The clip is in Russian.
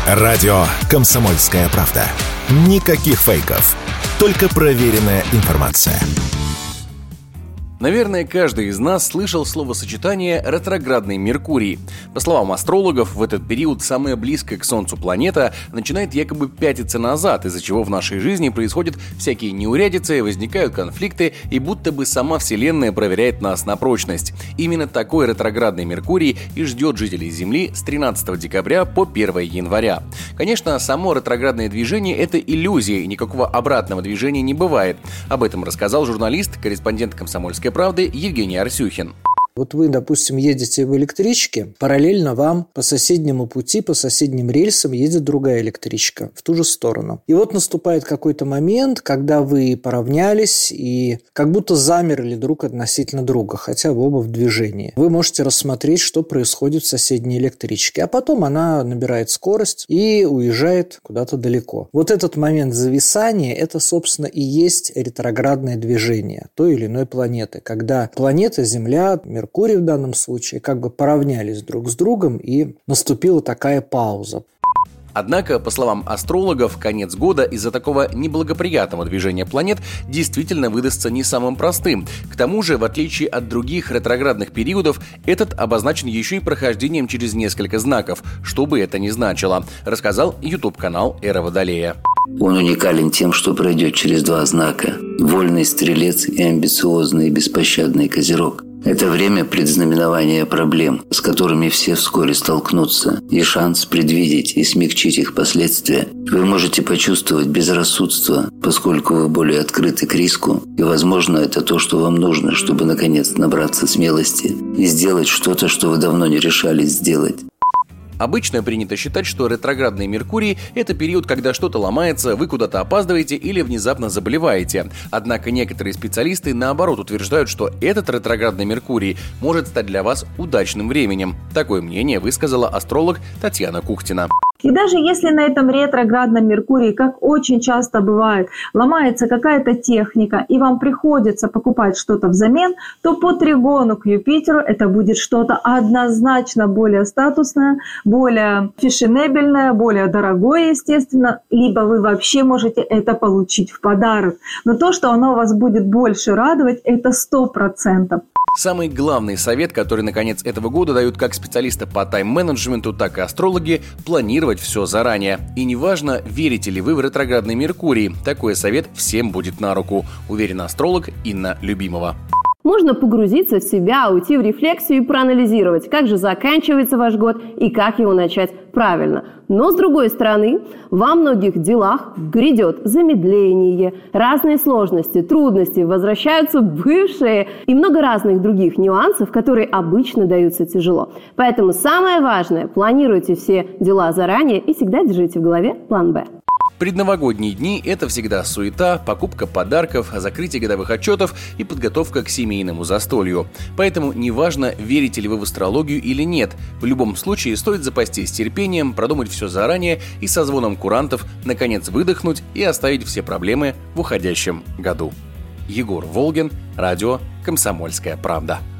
Радио «Комсомольская правда». Никаких фейков, только проверенная информация. Наверное, каждый из нас слышал словосочетание «ретроградный Меркурий». По словам астрологов, в этот период самая близкая к Солнцу планета начинает якобы пятиться назад, из-за чего в нашей жизни происходят всякие неурядицы, возникают конфликты и будто бы сама Вселенная проверяет нас на прочность. Именно такой ретроградный Меркурий и ждет жителей Земли с 13 декабря по 1 января. Конечно, само ретроградное движение – это иллюзия, и никакого обратного движения не бывает. Об этом рассказал журналист, корреспондент «Комсомольской правды» Евгений Арсюхин. Вот вы, допустим, едете в электричке, параллельно вам по соседнему пути, по соседним рельсам едет другая электричка в ту же сторону. И вот наступает какой-то момент, когда вы поравнялись и как будто замерли друг относительно друга, хотя вы оба в движении. Вы можете рассмотреть, что происходит в соседней электричке, а потом она набирает скорость и уезжает куда-то далеко. Вот этот момент зависания, это, собственно, и есть ретроградное движение той или иной планеты, когда планета Земля, Меркурий в данном случае, как бы поравнялись друг с другом, и наступила такая пауза. Однако, по словам астрологов, конец года из-за такого неблагоприятного движения планет действительно выдастся не самым простым. К тому же, в отличие от других ретроградных периодов, этот обозначен еще и прохождением через несколько знаков, что бы это ни значило, рассказал YouTube-канал «Эра Водолея». Он уникален тем, что пройдет через два знака – вольный стрелец и амбициозный и беспощадный козерог. Это время предзнаменования проблем, с которыми все вскоре столкнутся, и шанс предвидеть и смягчить их последствия. Вы можете почувствовать безрассудство, поскольку вы более открыты к риску, и, возможно, это то, что вам нужно, чтобы, наконец, набраться смелости и сделать что-то, что вы давно не решались сделать. Обычно принято считать, что ретроградный Меркурий – это период, когда что-то ломается, вы куда-то опаздываете или внезапно заболеваете. Однако некоторые специалисты, наоборот, утверждают, что этот ретроградный Меркурий может стать для вас удачным временем. Такое мнение высказала астролог Татьяна Кухтина. И даже если на этом ретроградном Меркурии, как очень часто бывает, ломается какая-то техника, и вам приходится покупать что-то взамен, то по тригону к Юпитеру это будет что-то однозначно более статусное, более фешенебельное, более дорогое, естественно, либо вы вообще можете это получить в подарок. Но то, что оно вас будет больше радовать, это 100%. Самый главный совет, который на конец этого года дают как специалисты по тайм-менеджменту, так и астрологи – планировать все заранее. И неважно, верите ли вы в ретроградный Меркурий, такой совет всем будет на руку, уверена астролог Инна Любимова. Можно погрузиться в себя, уйти в рефлексию и проанализировать, как же заканчивается ваш год и как его начать правильно. Но, с другой стороны, во многих делах грядет замедление, разные сложности, трудности, возвращаются бывшие и много разных других нюансов, которые обычно даются тяжело. Поэтому самое важное – планируйте все дела заранее и всегда держите в голове план «Б». Предновогодние дни – это всегда суета, покупка подарков, закрытие годовых отчетов и подготовка к семейному застолью. Поэтому неважно, верите ли вы в астрологию или нет, в любом случае стоит запастись терпением, продумать все заранее и со звоном курантов наконец выдохнуть и оставить все проблемы в уходящем году. Егор Волгин, радио «Комсомольская правда».